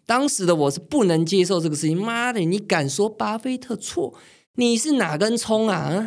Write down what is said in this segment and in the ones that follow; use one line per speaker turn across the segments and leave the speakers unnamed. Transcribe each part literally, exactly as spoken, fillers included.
当时的我是不能接受这个事情，妈的，你敢说巴菲特错？你是哪根葱啊？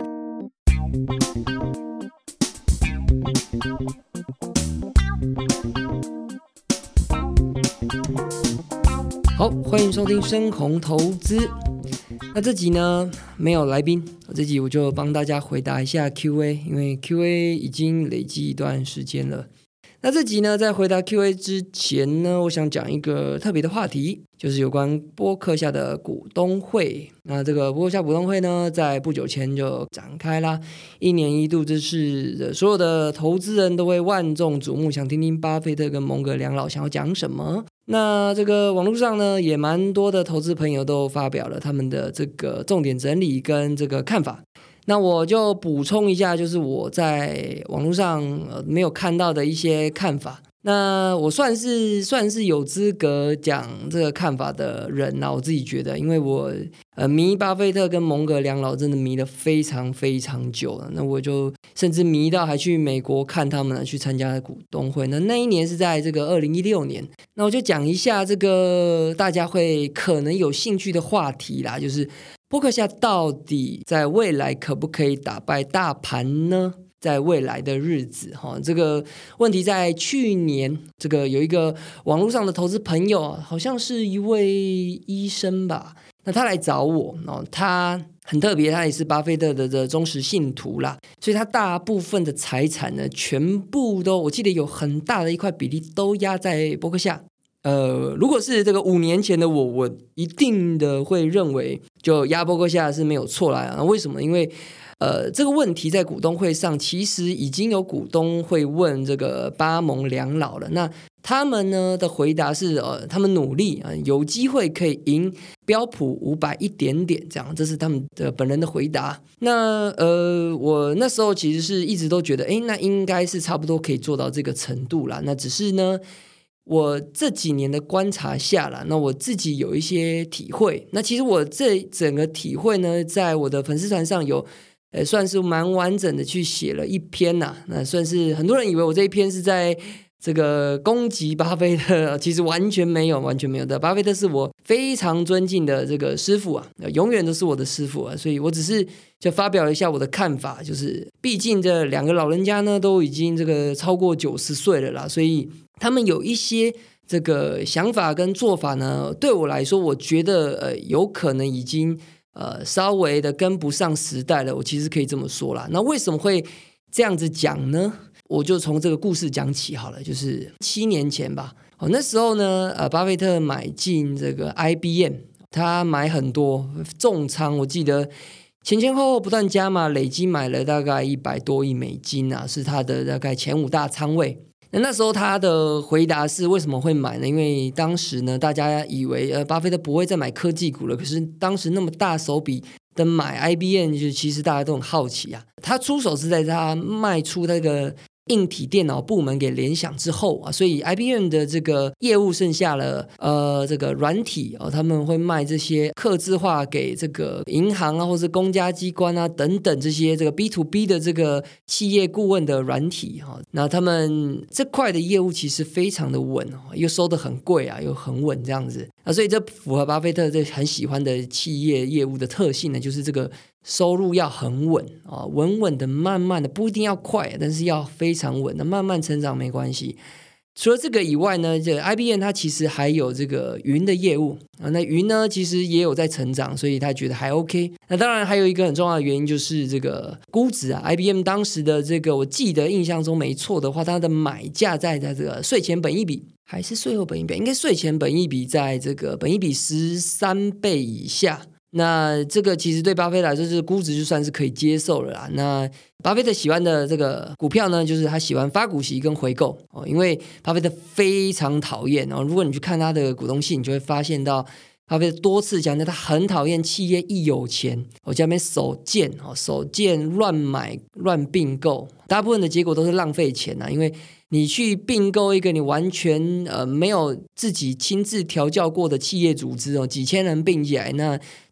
好，欢迎收听深红投资。那这集呢没有来宾，这集我就帮大家回答一下 Q A， 因为 Q A 已经累积一段时间了。那这集呢，在回答 Q A 之前呢，我想讲一个特别的话题，就是有关波克夏的股东会。那这个波克夏股东会呢，在不久前就展开啦，一年一度，这是所有的投资人都会万众瞩目，想听听巴菲特跟蒙格两老想要讲什么。那这个网络上呢，也蛮多的投资朋友都发表了他们的这个重点整理跟这个看法。那我就补充一下，就是我在网络上、呃、没有看到的一些看法。那我算是算是有资格讲这个看法的人啦，我自己觉得，因为我呃迷巴菲特跟蒙格两老真的迷了非常非常久了。那我就甚至迷到还去美国看他们去参加股东会。那那一年是在这个二零一六年。那我就讲一下这个大家会可能有兴趣的话题啦，就是波克夏到底在未来可不可以打败大盘呢？在未来的日子，这个问题在去年，这个有一个网络上的投资朋友，好像是一位医生吧，那他来找我，他很特别，他也是巴菲特的的忠实信徒啦，所以他大部分的财产呢，全部都，我记得有很大的一块比例都压在波克夏。呃，如果是这个五年前的我，我一定的会认为就压波克夏是没有错啦。为什么？因为呃，这个问题在股东会上其实已经有股东会问这个巴蒙两老了。那他们呢的回答是，呃，他们努力、呃、有机会可以赢标普五百一点点，这样，这是他们的本人的回答。那呃，我那时候其实是一直都觉得，哎，那应该是差不多可以做到这个程度啦。那只是呢，我这几年的观察下啦，那我自己有一些体会。那其实我这整个体会呢，在我的粉丝团上有呃，算是蛮完整的去写了一篇呐、啊，那算是很多人以为我这一篇是在这个攻击巴菲特，其实完全没有，完全没有的。巴菲特是我非常尊敬的这个师父啊，永远都是我的师父啊，所以我只是就发表一下我的看法，就是毕竟这两个老人家呢都已经这个超过九十岁了啦，所以他们有一些这个想法跟做法呢，对我来说，我觉得呃有可能已经。呃，稍微的跟不上时代了，我其实可以这么说啦。那为什么会这样子讲呢？我就从这个故事讲起好了，就是七年前吧。哦，那时候呢，呃，巴菲特买进这个 I B M， 他买很多重仓，我记得前前后后不断加码，累积买了大概一百多亿美金啊，是他的大概前五大仓位。那那时候他的回答是为什么会买呢？因为当时呢，大家以为呃巴菲特不会再买科技股了，可是当时那么大手笔的买 I B M， 就其实大家都很好奇啊。他出手是在他卖出那个硬体电脑部门给联想之后啊，所以 I B M 的这个业务剩下了呃这个软体哦，他们会卖这些客制化给这个银行啊，或是公家机关啊等等这些这个 B to B 的这个企业顾问的软体哈、哦，那他们这块的业务其实非常的稳哦，又收得很贵啊，又很稳这样子啊，所以这符合巴菲特这很喜欢的企业业务的特性呢，就是这个收入要很稳啊，稳稳的、慢慢的，不一定要快，但是要非常稳的，慢慢成长没关系。除了这个以外呢，这 I B M 它其实还有这个云的业务啊，那云呢其实也有在成长，所以他觉得还 OK。那当然还有一个很重要的原因就是这个估值啊 ，I B M 当时的这个我记得印象中没错的话，它的买价在在这个税前本益比还是税后本益比，应该税前本益比在这个本益比十三倍以下。那这个其实对巴菲特来说，就是估值就算是可以接受了啦。那巴菲特喜欢的这个股票呢，就是他喜欢发股息跟回购哦，因为巴菲特非常讨厌哦。如果你去看他的股东信，你就会发现到巴菲特多次强调，他很讨厌企业一有钱，我在那边手贱哦，手贱乱买乱并购，大部分的结果都是浪费钱啊，因为你去并购一个你完全呃没有自己亲自调教过的企业组织哦，几千人并起来，那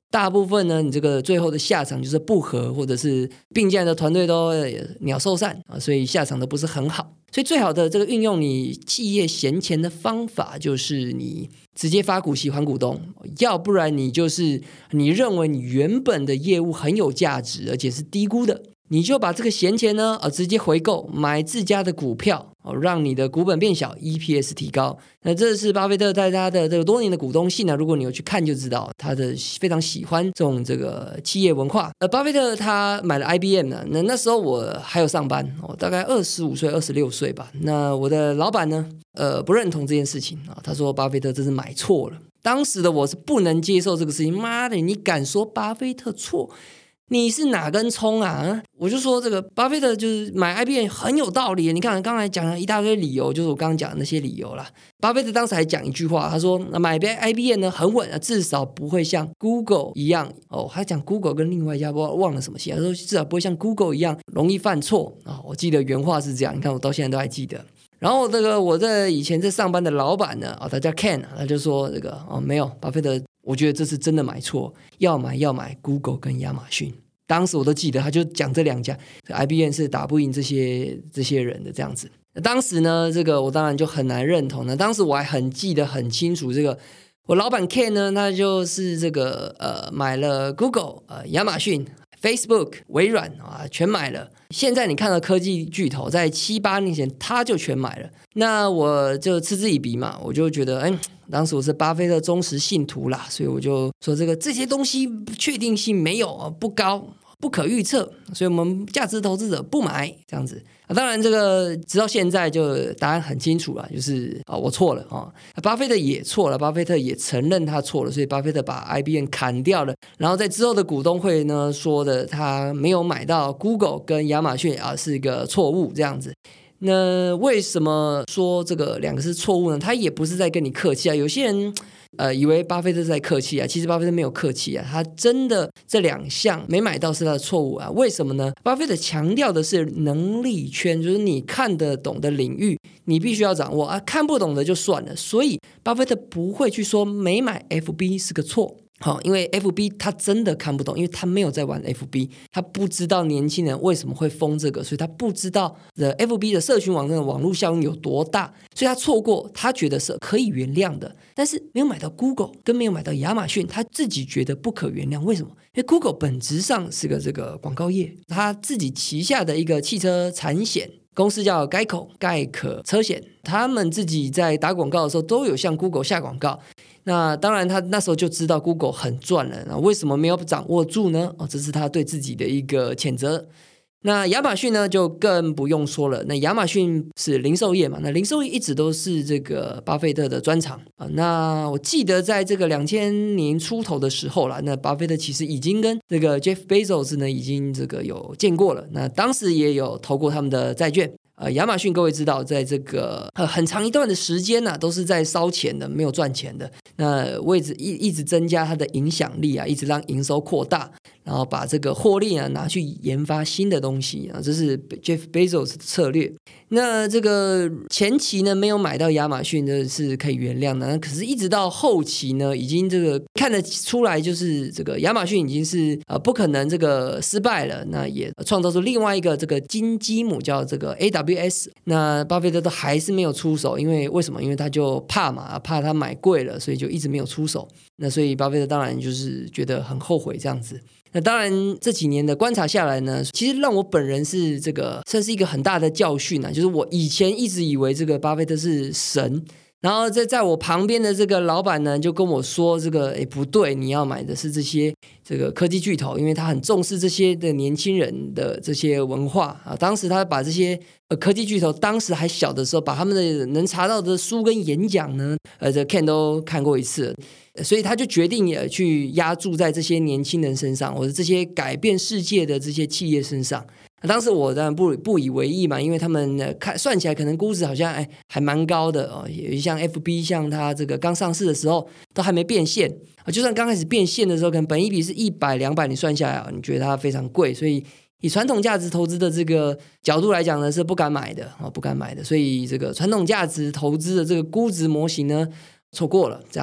大部分呢，你这个最后的下场就是不和，或者是并肩的团队都鸟兽散啊，所以下场都不是很好。所以最好的这个运用你企业闲钱的方法，就是你直接发股息还股东，要不然你就是你认为你原本的业务很有价值，而且是低估的，你就把这个闲钱呢，呃，直接回购买自家的股票，哦，让你的股本变小 ，E P S 提高。那这是巴菲特在他的这个多年的股东信呢，如果你有去看就知道，他的非常喜欢这种这个企业文化。呃，巴菲特他买了 I B M 呢，那那时候我还有上班，我、哦、大概二十五岁、二十六岁吧。那我的老板呢，呃，不认同这件事情啊，他说巴菲特这是买错了。当时的我是不能接受这个事情，妈的，你敢说巴菲特错？你是哪根葱啊？我就说这个巴菲特就是买 I B M 很有道理，你看刚才讲了一大堆理由，就是我刚刚讲的那些理由啦。巴菲特当时还讲一句话，他说买 I B M 呢很稳，至少不会像 Google 一样哦，他讲 Google 跟另外一家不知道忘了什么戏，他说至少不会像 Google 一样容易犯错啊、哦。我记得原话是这样，你看我到现在都还记得。然后这个我在以前在上班的老板呢，哦，他叫 Ken， 他就说这个哦没有，巴菲特我觉得这是真的买错，要买要买 Google 跟亚马逊。当时我都记得，他就讲这两家 I B M 是打不赢这些这些人的这样子。当时呢，这个我当然就很难认同呢。当时我还很记得很清楚，这个我老板 Ken 呢，他就是这个呃买了 Google、呃亚马逊、Facebook、微软啊，全买了。现在你看到科技巨头，在七八年前他就全买了，那我就嗤之以鼻嘛，我就觉得，哎，当时我是巴菲特忠实信徒啦，所以我就说这个这些东西确定性没有不高。不可预测，所以我们价值投资者不买这样子啊。当然，这个直到现在就答案很清楚了，就是啊，我错了啊。巴菲特也错了，巴菲特也承认他错了，所以巴菲特把 I B M 砍掉了。然后在之后的股东会呢，说的他没有买到 Google 跟亚马逊啊，是一个错误这样子。那为什么说这个两个是错误呢？他也不是在跟你客气啊。有些人呃以为巴菲特是在客气啊，其实巴菲特没有客气啊，他真的这两项没买到是他的错误啊。为什么呢？巴菲特强调的是能力圈，就是你看得懂的领域你必须要掌握啊，看不懂的就算了。所以巴菲特不会去说没买 F B 是个错。好，因为 F B 他真的看不懂，因为他没有在玩 F B， 他不知道年轻人为什么会疯这个，所以他不知道的 F B 的社群网站的网络效应有多大，所以他错过，他觉得是可以原谅的，但是没有买到 Google 跟没有买到亚马逊，他自己觉得不可原谅。为什么？因为 Google 本质上是个这个广告业，他自己旗下的一个汽车产险公司叫盖口盖可车险，他们自己在打广告的时候都有向 Google 下广告。那当然他那时候就知道 Google 很赚了，那为什么没有掌握住呢？哦，这是他对自己的一个谴责。那亚马逊呢就更不用说了，那亚马逊是零售业嘛，那零售业一直都是这个巴菲特的专长啊。那我记得在这个两千年出头的时候啦，那巴菲特其实已经跟这个 Jeff Bezos 呢已经这个有见过了，那当时也有投过他们的债券。呃，亚马逊各位知道，在这个呃很长一段的时间呢、啊，都是在烧钱的，没有赚钱的。那位置一一直增加它的影响力啊，一直让营收扩大，然后把这个获利啊拿去研发新的东西啊，这是 Jeff Bezos 的策略。那这个前期呢没有买到亚马逊的是可以原谅的，可是一直到后期呢，已经这个看得出来，就是这个亚马逊已经是呃不可能这个失败了，那也创造出另外一个这个金鸡母叫这个 A W S， 那巴菲特都还是没有出手，因为为什么？因为他就怕嘛，怕他买贵了，所以就一直没有出手。那所以巴菲特当然就是觉得很后悔这样子。那当然这几年的观察下来呢，其实让我本人是这个算是一个很大的教训啊，就是我以前一直以为这个巴菲特是神，然后在在我旁边的这个老板呢就跟我说这个诶不对，你要买的是这些这个科技巨头，因为他很重视这些的年轻人的这些文化啊。当时他把这些呃科技巨头当时还小的时候，把他们的能查到的书跟演讲呢，呃这 Ken 都看过一次，所以他就决定也去压注在这些年轻人身上，或者这些改变世界的这些企业身上。当时我当然不不以为意嘛，因为他们、呃、看算起来可能估值好像哎还蛮高的哦，像 F B 像它这个刚上市的时候都还没变现啊，就算刚开始变现的时候，可能本益比是一百两百，你算下来你觉得它非常贵，所以以传统价值投资的这个角度来讲呢，是不敢买的啊、哦，不敢买的。所以这个传统价值投资的这个估值模型呢，错过了这样子。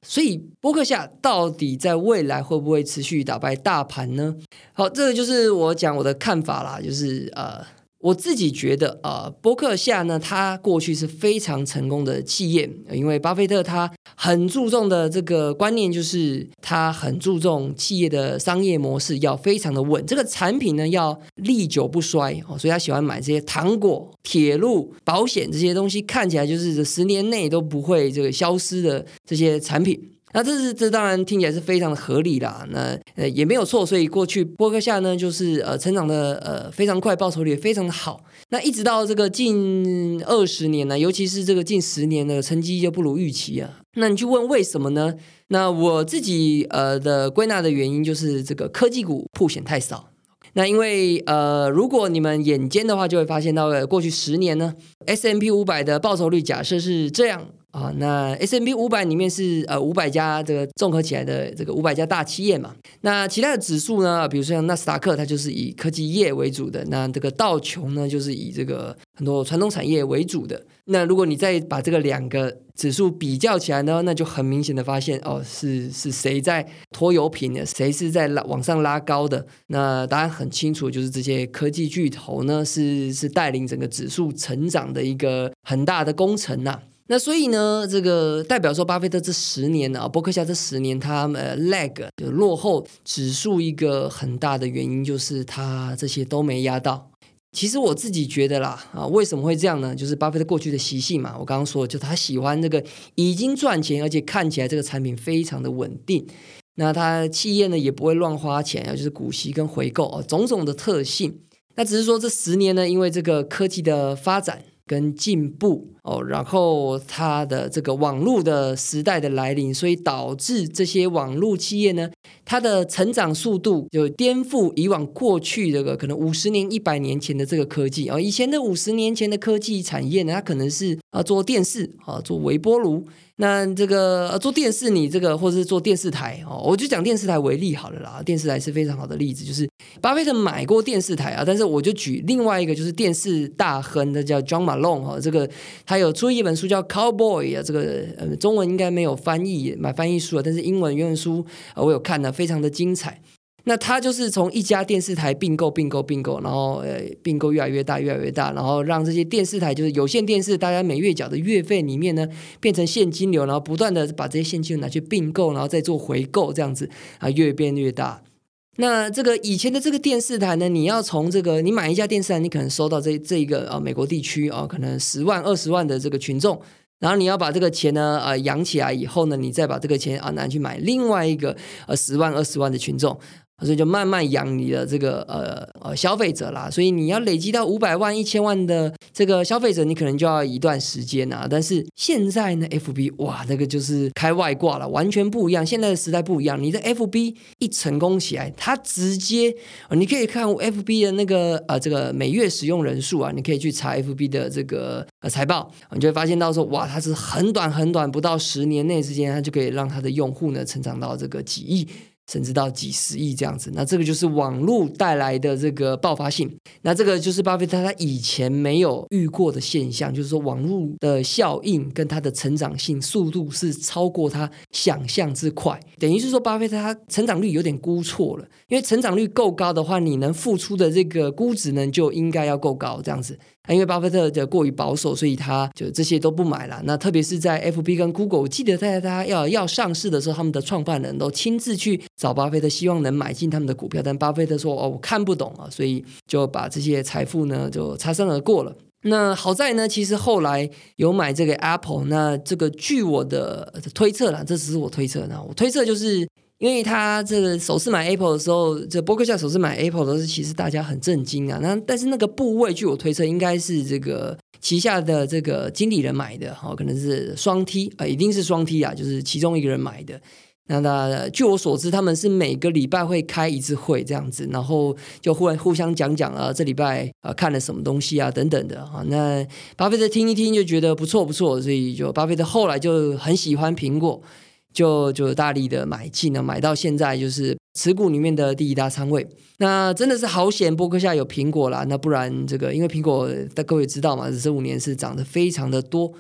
所以波克夏到底在未来会不会持续打败大盘呢？好，这个就是我讲我的看法啦，就是呃。我自己觉得呃，波克夏呢，他过去是非常成功的企业，因为巴菲特他很注重的这个观念就是他很注重企业的商业模式要非常的稳，这个产品呢要历久不衰，哦，所以他喜欢买这些糖果、铁路、保险这些东西，看起来就是十年内都不会这个消失的这些产品。那这是这当然听起来是非常的合理啦，那呃也没有错，所以过去波克夏呢就是呃成长的呃非常快，报酬率也非常的好。那一直到这个近二十年呢，尤其是这个近十年的成绩就不如预期啊。那你去问为什么呢？那我自己呃的归纳的原因就是这个科技股曝险太少。那因为呃，如果你们眼尖的话，就会发现到了过去十年呢 ，S and P 五百的报酬率假设是这样啊，那 S and P 五百里面是呃五百家这个综合起来的这个五百家大企业嘛，那其他的指数呢，比如说像纳斯达克，它就是以科技业为主的，那这个道琼呢，就是以这个很多传统产业为主的。那如果你再把这个两个指数比较起来呢，那就很明显的发现哦，是是谁在拖油瓶的，谁是在拉往上拉高的。那答案很清楚，就是这些科技巨头呢，是是带领整个指数成长的一个很大的工程呐、啊。那所以呢，这个代表说，巴菲特这十年啊，波克夏这十年他呃 lag 就落后指数一个很大的原因，就是他这些都没压到。其实我自己觉得啦，啊，为什么会这样呢？就是巴菲特过去的习性嘛，我刚刚说，就他喜欢这个已经赚钱，而且看起来这个产品非常的稳定。那他企业呢也不会乱花钱，就是股息跟回购、哦、种种的特性。那只是说这十年呢，因为这个科技的发展跟进步哦，然后它的这个网络的时代的来临，所以导致这些网络企业呢，它的成长速度就颠覆以往过去这个可能五十年、一百年前的这个科技啊、哦。以前的五十年前的科技产业呢，它可能是啊做电视啊，做微波炉。那这个、呃、做电视，你这个或者是做电视台哦，我就讲电视台为例好了啦。电视台是非常好的例子，就是巴菲特买过电视台啊，但是我就举另外一个，就是电视大亨的叫 John Malone 哈、哦，这个他有出一本书叫 Cowboy 啊，这个呃中文应该没有翻译，买翻译书啊，但是英文原文书、呃、我有看的，非常的精彩。那他就是从一家电视台并购并购并购，然后呃并购越来越大越来越大，然后让这些电视台就是有线电视大家每月缴的月费里面呢变成现金流，然后不断的把这些现金流拿去并购，然后再做回购，这样子啊越变越大。那这个以前的这个电视台呢，你要从这个你买一家电视台，你可能收到这这一个啊美国地区啊可能十万二十万的这个群众。然后你要把这个钱呢，呃，养起来以后呢，你再把这个钱啊拿去买另外一个呃十万二十万的群众，所以就慢慢养你的这个呃呃消费者啦。所以你要累积到五百万、一千万的这个消费者，你可能就要一段时间啊。但是现在呢 ，F B 哇，那个就是开外挂了，完全不一样。现在的时代不一样，你的 F B 一成功起来，它直接、呃、你可以看 F B 的那个呃这个每月使用人数啊，你可以去查 F B 的这个呃财报，你就会发现到说哇。它是很短很短，不到十年内之间，它就可以让它的用户呢成长到这个几亿，甚至到几十亿这样子。那这个就是网络带来的这个爆发性。那这个就是巴菲特他以前没有遇过的现象，就是说网络的效应跟它的成长性速度是超过他想象之快。等于是说，巴菲特他成长率有点估错了，因为成长率够高的话，你能付出的这个估值呢就应该要够高这样子。因为巴菲特的过于保守，所以他就这些都不买了。那特别是在 F B 跟 Google， 我记得在他要要上市的时候，他们的创办人都亲自去找巴菲特，希望能买进他们的股票。但巴菲特说：“哦，我看不懂啊，所以就把这些财富呢就擦身而过了。”那好在呢，其实后来有买这个 Apple， 那这个据我的推测啦，这只是我推测，那我推测就是。因为他这个首次买 Apple 的时候，这波克夏首次买 Apple 的时候，其实大家很震惊啊。那但是那个部位，据我推测，应该是这个旗下的这个经理人买的，哦、可能是双 T 啊、呃，一定是双 T 啊，就是其中一个人买的。那他据我所知，他们是每个礼拜会开一次会这样子，然后就忽然互相讲讲啊，这礼拜啊看了什么东西啊等等的啊。那巴菲特听一听就觉得不错不错，所以就巴菲特后来就很喜欢苹果。就就大力的买进了，买到现在就是持股里面的第一大仓位。那真的是好险，波克夏有苹果啦，那不然这个因为苹果各位知道嘛，这五年是涨得非常的多。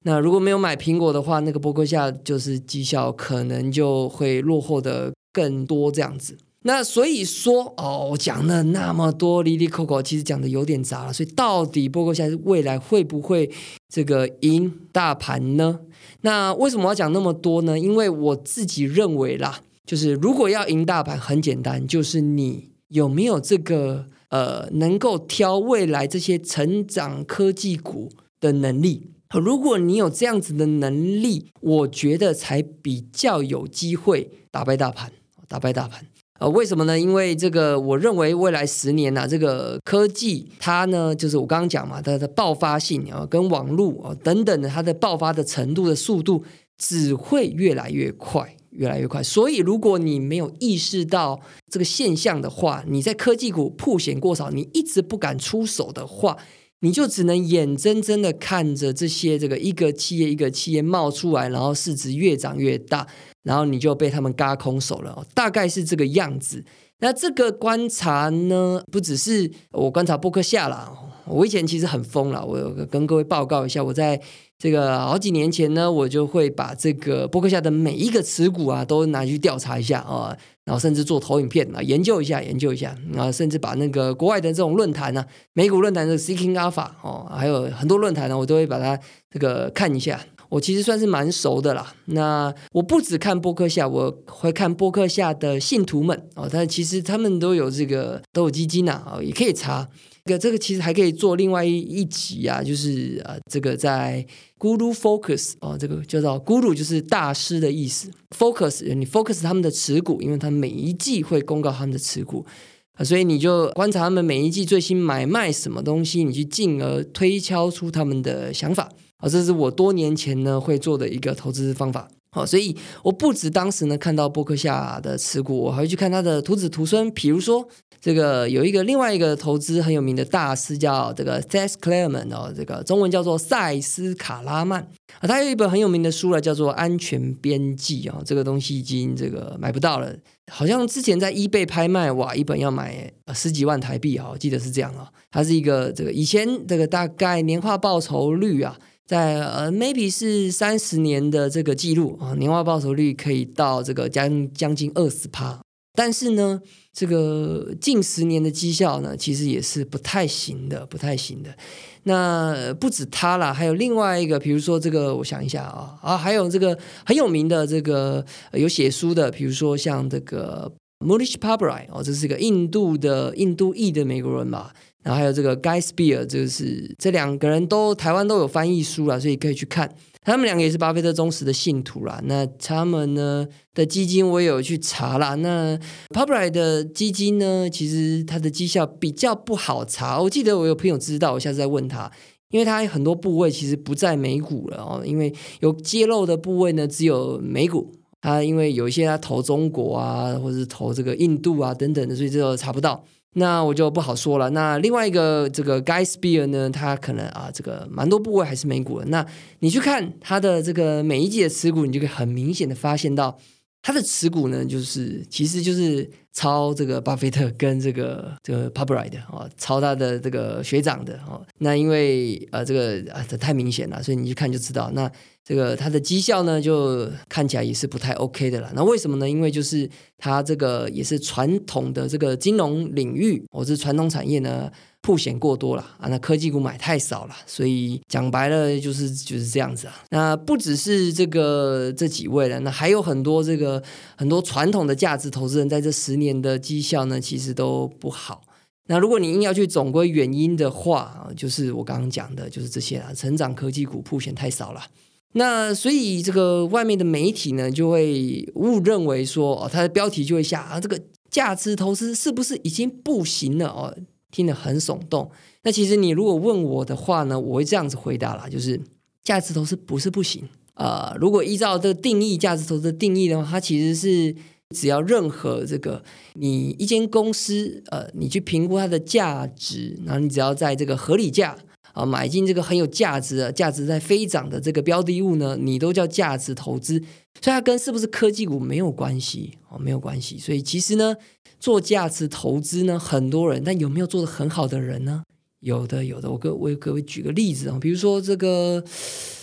那如果没有买苹果的话，那个波克夏就是绩效可能就会落后的更多这样子。那所以说哦，我讲了那么多哩哩扣扣，其实讲的有点杂了。所以到底波克夏未来会不会这个赢大盘呢？那为什么要讲那么多呢？因为我自己认为啦，就是如果要赢大盘，很简单，就是你有没有这个呃能够挑未来这些成长科技股的能力。如果你有这样子的能力，我觉得才比较有机会打败大盘，打败大盘。呃，为什么呢？因为这个，我认为未来十年啊，这个科技它呢，就是我刚刚讲嘛，它的爆发性啊、呃，跟网络啊、呃、等等的，它的爆发的程度的速度只会越来越快，越来越快。所以，如果你没有意识到这个现象的话，你在科技股曝险过少，你一直不敢出手的话，你就只能眼睁睁的看着这些这个一个企业一个企业冒出来，然后市值越长越大，然后你就被他们嘎空手了，大概是这个样子。那这个观察呢，不只是我观察波克夏啦，我以前其实很疯啦，我跟各位报告一下，我在这个好几年前呢，我就会把这个波克夏的每一个持股啊都拿去调查一下啊，然后甚至做投影片啊，研究一下研究一下，然后甚至把那个国外的这种论坛啊，美股论坛的 Seeking Alpha 哦，还有很多论坛呢，我都会把它这个看一下。我其实算是蛮熟的啦。那我不只看波克夏，我会看波克夏的信徒们哦，但其实他们都有这个都有基金啊，哦、也可以查。这个这个其实还可以做另外一集啊，就是呃这个在 Guru Focus 哦，这个叫做 Guru 就是大师的意思 ，Focus 你 Focus 他们的持股，因为他们每一季会公告他们的持股。所以你就观察他们每一季最新买卖什么东西，你去进而推敲出他们的想法。这是我多年前呢会做的一个投资方法。所以我不止当时呢看到波克夏的持股，我还会去看他的徒子徒孙。比如说这个有一个另外一个投资很有名的大师叫这个 Seth Klarman、哦、这个中文叫做塞斯卡拉曼、啊、他有一本很有名的书了，叫做安全边际、哦、这个东西已经这个买不到了，好像之前在 eBay 拍卖，哇，一本要买十几万台币，我记得是这样、哦、它是一个这个以前这个大概年化报酬率啊，在呃 maybe 是三十年的这个记录啊，年化报酬率可以到这个将将近 百分之二十， 但是呢这个近十年的绩效呢其实也是不太行的，不太行的。那不止他啦，还有另外一个，比如说这个我想一下啊啊，还有这个很有名的这个、呃、有写书的，比如说像这个 Mohnish Pabrai 哦，这是一个印度的印度裔的美国人吧。然后还有这个 Guy Spier， 就是这两个人都台湾都有翻译书啦，所以可以去看。他们两个也是巴菲特忠实的信徒啦。那他们呢的基金我也有去查啦。那 Pabrai 的基金呢，其实它的绩效比较不好查。我记得我有朋友知道，我下次再问他，因为他很多部位其实不在美股了哦，因为有揭露的部位呢只有美股。他因为有一些他投中国啊，或者是投这个印度啊等等的，所以这个查不到。那我就不好说了。那另外一个这个 Guy Spier 呢，他可能啊这个蛮多部位还是美股的。那你去看他的这个每一季的持股，你就可以很明显的发现到他的持股呢，就是其实就是抄这个巴菲特跟这个这个 Pabrai 的哦，抄他的这个学长的哦。那因为呃这个啊这太明显了，所以你去看就知道。那这个它的绩效呢，就看起来也是不太 OK 的啦。那为什么呢？因为就是它这个也是传统的这个金融领域或是传统产业呢曝险过多了啊，那科技股买太少了，所以讲白了就是就是这样子啊。那不只是这个这几位了，那还有很多这个很多传统的价值投资人在这十年的绩效呢，其实都不好。那如果你硬要去总归原因的话，就是我刚刚讲的，就是这些啦，成长科技股曝险太少了。那所以这个外面的媒体呢，就会误认为说，哦，它的标题就会下啊，这个价值投资是不是已经不行了哦？听得很耸动。那其实你如果问我的话呢，我会这样子回答啦，就是价值投资不是不行，呃，如果依照这个定义，价值投资的定义的话，它其实是只要任何这个你一间公司，呃，你去评估它的价值，然后你只要在这个合理价。啊，买进这个很有价值的、价值在飞涨的这个标的物呢，你都叫价值投资，所以它跟是不是科技股没有关系哦，没有关系。所以其实呢，做价值投资呢，很多人，但有没有做得很好的人呢？有的，有的。我给我给各位举个例子啊，比如说这个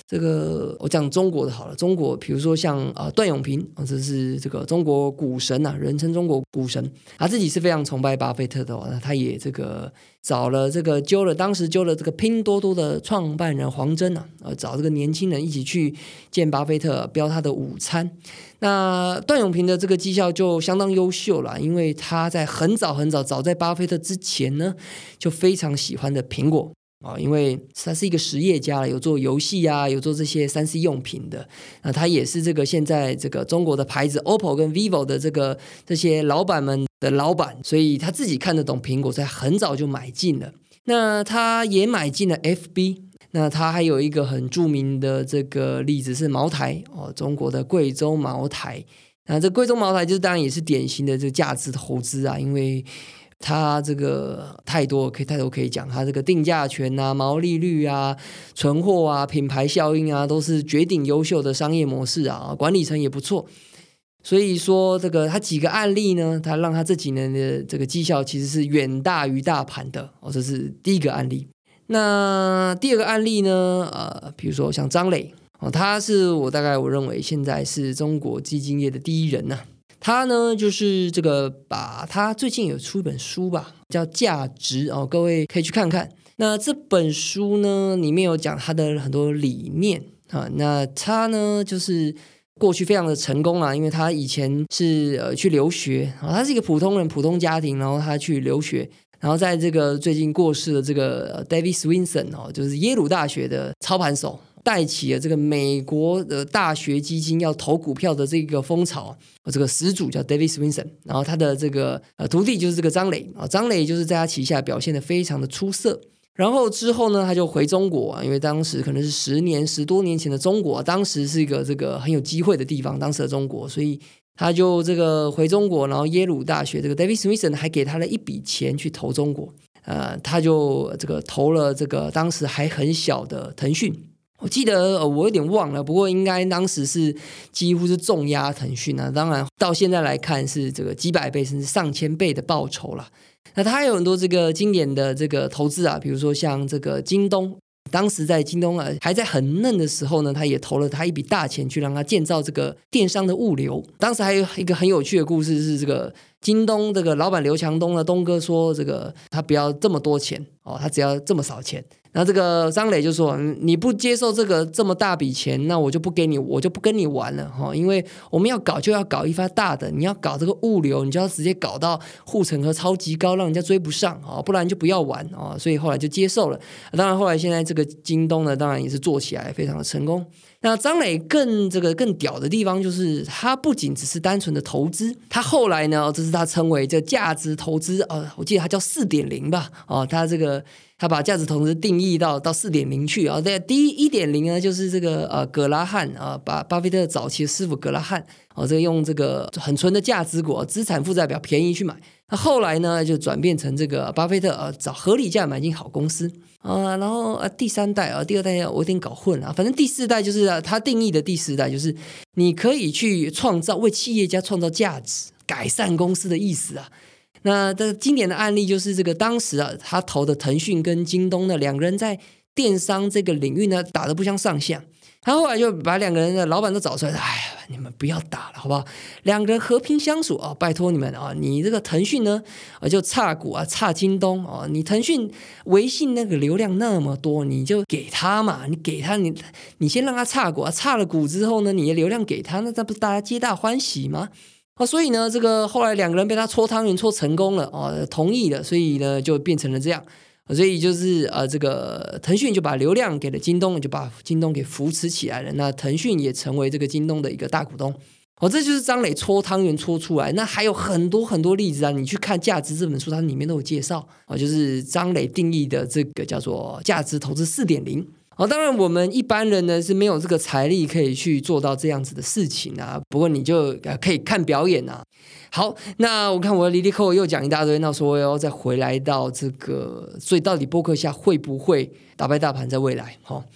这个我讲中国的好了，中国比如说像啊段永平，哦，这是这个中国股神啊，人称中国股神，他自己是非常崇拜巴菲特的哦，那他也这个找了这个揪了，当时揪了这个拼多多的创办人黄峥啊，呃，找这个年轻人一起去见巴菲特，标他的午餐。那段永平的这个绩效就相当优秀了，因为他在很早很早，早在巴菲特之前呢，就非常喜欢的苹果。啊，因为他是一个实业家，有做游戏啊，有做这些三 C 用品的。那他也是这个现在这个中国的牌子 O P P O 跟 vivo 的这个这些老板们的老板，所以他自己看得懂苹果，所以很早就买进了。那他也买进了 F B。那他还有一个很著名的这个例子是茅台哦，中国的贵州茅台。那这贵州茅台就当然也是典型的这个价值投资啊，因为它这个太多可以太多可以讲，它这个定价权啊、毛利率啊、存货啊、品牌效应啊，都是绝顶优秀的商业模式啊，管理层也不错。所以说这个它几个案例呢，它让它这几年的这个绩效其实是远大于大盘的哦，这是第一个案例。那第二个案例呢，呃，比如说像张磊哦，他是我大概我认为现在是中国基金业的第一人呐、啊。他呢就是这个把他最近有出一本书吧，叫《价值》哦，各位可以去看看。那这本书呢里面有讲他的很多理念啊。那他呢就是过去非常的成功啊，因为他以前是呃去留学啊，他是一个普通人、普通家庭，然后他去留学。然后在这个最近过世的这个 David Swensen 哦，就是耶鲁大学的操盘手，带起了这个美国的大学基金要投股票的这个风潮。这个始祖叫 David Swensen， 然后他的这个呃徒弟就是这个张磊啊，张磊就是在他旗下表现得非常的出色。然后之后呢，他就回中国啊，因为当时可能是十年十多年前的中国，当时是一个这个很有机会的地方，当时的中国，所以他就这个回中国，然后耶鲁大学这个 David Swensen 还给他了一笔钱去投中国，呃，他就这个投了这个当时还很小的腾讯。我记得、呃、我有点忘了，不过应该当时是几乎是重压腾讯啊，当然到现在来看是这个几百倍甚至上千倍的报酬了。那他还有很多这个经典的这个投资啊，比如说像这个京东，当时在京东啊还在很嫩的时候呢，他也投了他一笔大钱去让他建造这个电商的物流。当时还有一个很有趣的故事是，这个京东这个老板刘强东呢，东哥说这个他不要这么多钱哦，他只要这么少钱。然后这个张磊就说，你不接受这个这么大笔钱，那我就不给你，我就不跟你玩了哈、哦，因为我们要搞就要搞一发大的，你要搞这个物流，你就要直接搞到护城河超级高，让人家追不上啊、哦，不然就不要玩啊、哦，所以后来就接受了。当然后来现在这个京东呢，当然也是做起来非常的成功。那张磊更这个更屌的地方就是，他不仅只是单纯的投资，他后来呢，这是他称为这价值投资啊、呃，我记得他叫 四点零 吧，哦，他这个他把价值投资定义到到 四点零 去啊。对，第一 一点零 呢，就是这个呃葛拉汉啊，巴巴菲特早期的师傅葛拉汉哦，这个用这个很纯的价值股，资产负债表便宜去买。那后来呢，就转变成这个巴菲特呃找合理价买进好公司啊、呃，然后呃第三代啊、呃，第二代我有点搞混啊，反正第四代就是、啊、他定义的第四代，就是你可以去创造为企业家创造价值，改善公司的意思啊。那这个经典的案例就是这个当时啊，他投的腾讯跟京东呢，两个人在电商这个领域呢打得不相上下。他后来就把两个人的老板都找出来，哎呀，你们不要打了，好不好？两个人和平相处啊、哦，拜托你们啊、哦！你这个腾讯呢，就差股啊，差京东啊、哦。你腾讯微信那个流量那么多，你就给他嘛，你给他，你你先让他差股啊，差了股之后呢，你的流量给他，那这不是大家皆大欢喜吗？哦，所以呢，这个后来两个人被他搓汤圆搓成功了哦，同意了，所以呢就变成了这样。所以就是呃，这个腾讯就把流量给了京东，就把京东给扶持起来了。那腾讯也成为这个京东的一个大股东。哦，这就是张磊搓汤圆搓出来。那还有很多很多例子啊，你去看《价值》这本书，它里面都有介绍哦，就是张磊定义的这个叫做价值投资 四点零。哦，当然我们一般人呢是没有这个财力可以去做到这样子的事情啊。不过你就可以看表演啊。好，那我看我的离离扣又讲一大堆，那说我要再回来到这个，所以到底波克夏会不会打败大盘在未来？哦，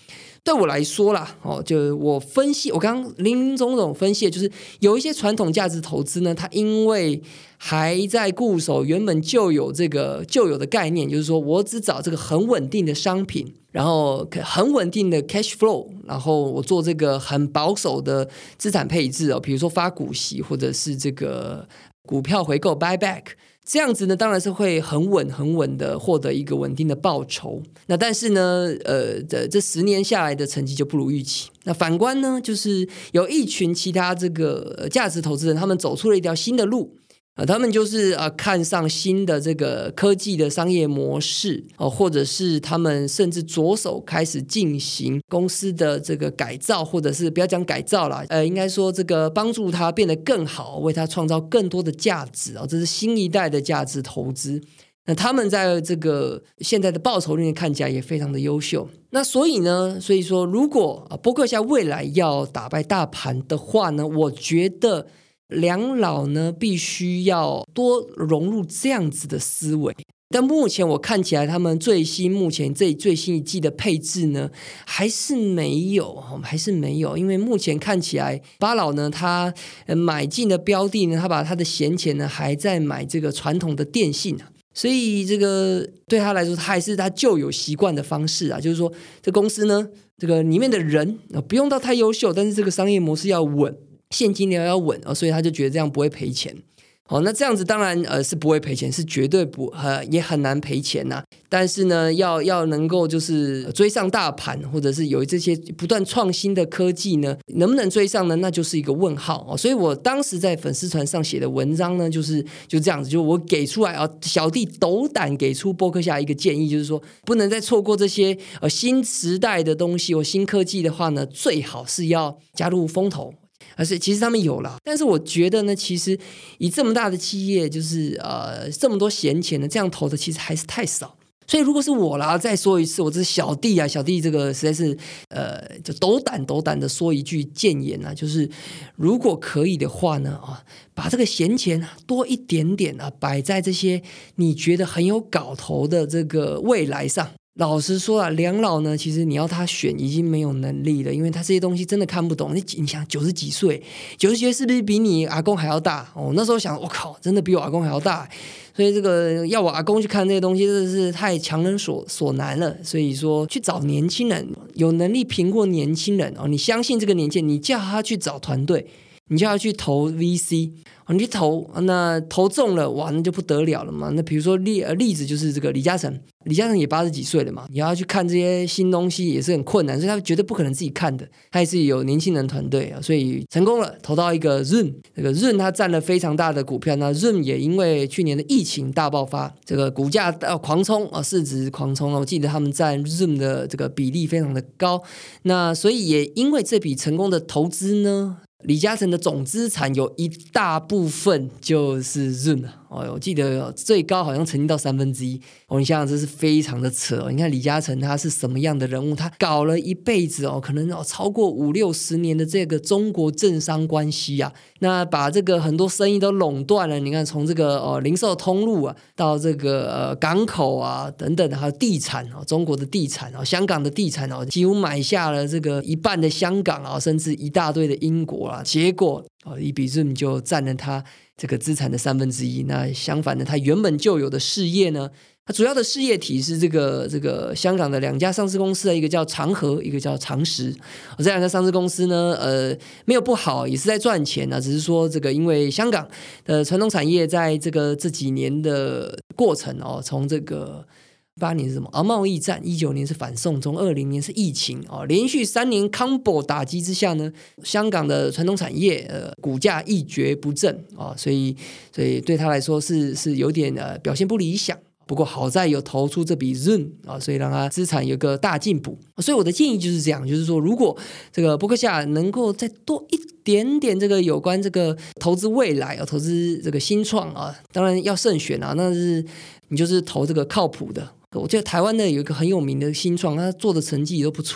对我来说啦，哦，就我分析，我刚刚林林总总分析的就是有一些传统价值投资呢，它因为还在固守原本就有这个旧有的概念，就是说我只找这个很稳定的商品，然后很稳定的 cash flow， 然后我做这个很保守的资产配置哦，比如说发股息或者是这个股票回购 buyback。这样子呢，当然是会很稳很稳的获得一个稳定的报酬。那但是呢，呃，这这十年下来的成绩就不如预期。那反观呢，就是有一群其他这个价值投资人，他们走出了一条新的路。呃、他们就是呃看上新的这个科技的商业模式、呃、或者是他们甚至着手开始进行公司的这个改造，或者是不要讲改造啦，呃，应该说这个帮助它变得更好，为它创造更多的价值、哦、这是新一代的价值投资。那他们在这个现在的报酬率看起来也非常的优秀。那所以呢，所以说如果、呃、波克夏未来要打败大盘的话呢，我觉得两老呢必须要多融入这样子的思维。但目前我看起来他们最新目前这最新一季的配置呢还是没有还是没有因为目前看起来巴老呢他买进的标的呢，他把他的闲钱呢还在买这个传统的电信啊，所以这个对他来说他还是他旧有习惯的方式啊，就是说这公司呢这个里面的人不用到太优秀，但是这个商业模式要稳，现金流要稳、哦、所以他就觉得这样不会赔钱。哦，那这样子当然呃是不会赔钱，是绝对不呃也很难赔钱呐、啊。但是呢，要要能够就是追上大盘，或者是有这些不断创新的科技呢，能不能追上呢？那就是一个问号哦。所以我当时在粉丝团上写的文章呢，就是就这样子，就我给出来啊，小弟斗胆给出波克夏一个建议，就是说不能再错过这些呃新时代的东西或新科技的话呢，最好是要加入风投。而是其实他们有了，但是我觉得呢，其实以这么大的企业，就是呃这么多闲钱呢，这样投的其实还是太少。所以如果是我啦，再说一次，我这是小弟啊，小弟这个实在是呃就斗胆斗胆的说一句谏言啊，就是如果可以的话呢啊，把这个闲钱多一点点啊摆在这些你觉得很有搞头的这个未来上。老实说啊，梁老呢，其实你要他选已经没有能力了，因为他这些东西真的看不懂。你你想九十几岁，九十几岁是不是比你阿公还要大？哦，那时候想，我靠，真的比我阿公还要大。所以这个要我阿公去看这些东西，真的是太强人所所难了。所以说，去找年轻人，有能力评过年轻人哦，你相信这个年轻人，你叫他去找团队，你叫他去投 V C。你去投，那投中了哇，那就不得了了嘛。那比如说例例子就是这个李嘉诚，李嘉诚也八十几岁了嘛，你要去看这些新东西也是很困难，所以他绝对不可能自己看的，他也是有年轻人团队啊，所以成功了，投到一个 Zoom， 这个 Zoom 他占了非常大的股票，那 Zoom 也因为去年的疫情大爆发，这个股价狂冲啊，市值狂冲，我记得他们占 Zoom 的这个比例非常的高，那所以也因为这笔成功的投资呢，李嘉诚的总资产有一大部分就是 Zoom 哦，我记得最高好像曾经到三分之一哦，你想想这是非常的扯哦。你看李嘉诚他是什么样的人物？他搞了一辈子哦，可能哦超过五六十年的这个中国政商关系啊，那把这个很多生意都垄断了。你看从这个哦零售通路啊，到这个呃港口啊等等，还有地产哦，中国的地产哦，香港的地产哦，几乎买下了这个一半的香港啊，甚至一大堆的英国啊，结果哦一笔 Zoom 就占了他这个资产的三分之一。那相反的，他原本就有的事业呢，它主要的事业体是这个这个香港的两家上市公司，一个叫长和，一个叫长实。这两个上市公司呢，呃，没有不好，也是在赚钱呢、啊。只是说这个因为香港的传统产业在这个这几年的过程哦，从这个八年是什么啊？贸易战，一九年是反送中，二零年是疫情哦，连续三年 combo 打击之下呢，香港的传统产业呃股价一蹶不振啊、哦，所以所以对他来说是是有点呃表现不理想。不过好在有投出这笔 Zoom 啊，所以让他资产有个大进步。所以我的建议就是这样，就是说如果这个波克夏能够再多一点点这个有关这个投资未来啊，投资这个新创啊，当然要慎选啊，那是你就是投这个靠谱的。我觉得台湾的有一个很有名的新创，他做的成绩也都不错啊。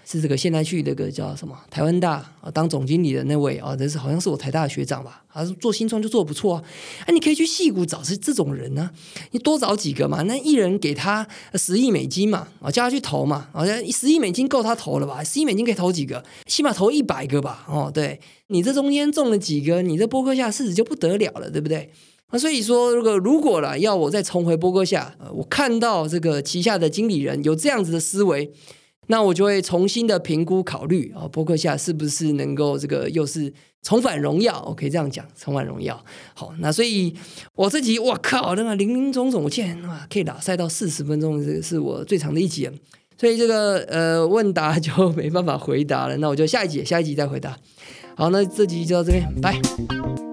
是这个现在去那个叫什么台湾大、啊、当总经理的那位啊，这是好像是我台大的学长吧，他做新创就做得不错啊，啊你可以去矽谷找是这种人啊，你多找几个嘛，那一人给他十亿美金嘛，啊叫他去投嘛，啊十亿美金够他投了吧？十亿美金可以投几个？起码投一百个吧，哦对，你这中间中了几个，你这播客下市值就不得了了，对不对？那所以说，如果如果啦，要我再重回播客下、呃，我看到这个旗下的经理人有这样子的思维，那我就会重新的评估考虑啊，播客下是不是能够这个又是重返荣耀？我可以这样讲，重返荣耀。好，那所以我这集哇靠，那个林林总总，我竟然哇可以打赛到四十分钟，这个是我最长的一集了。所以这个呃问答就没办法回答了，那我就下一集下一集再回答。好，那这集就到这边，拜。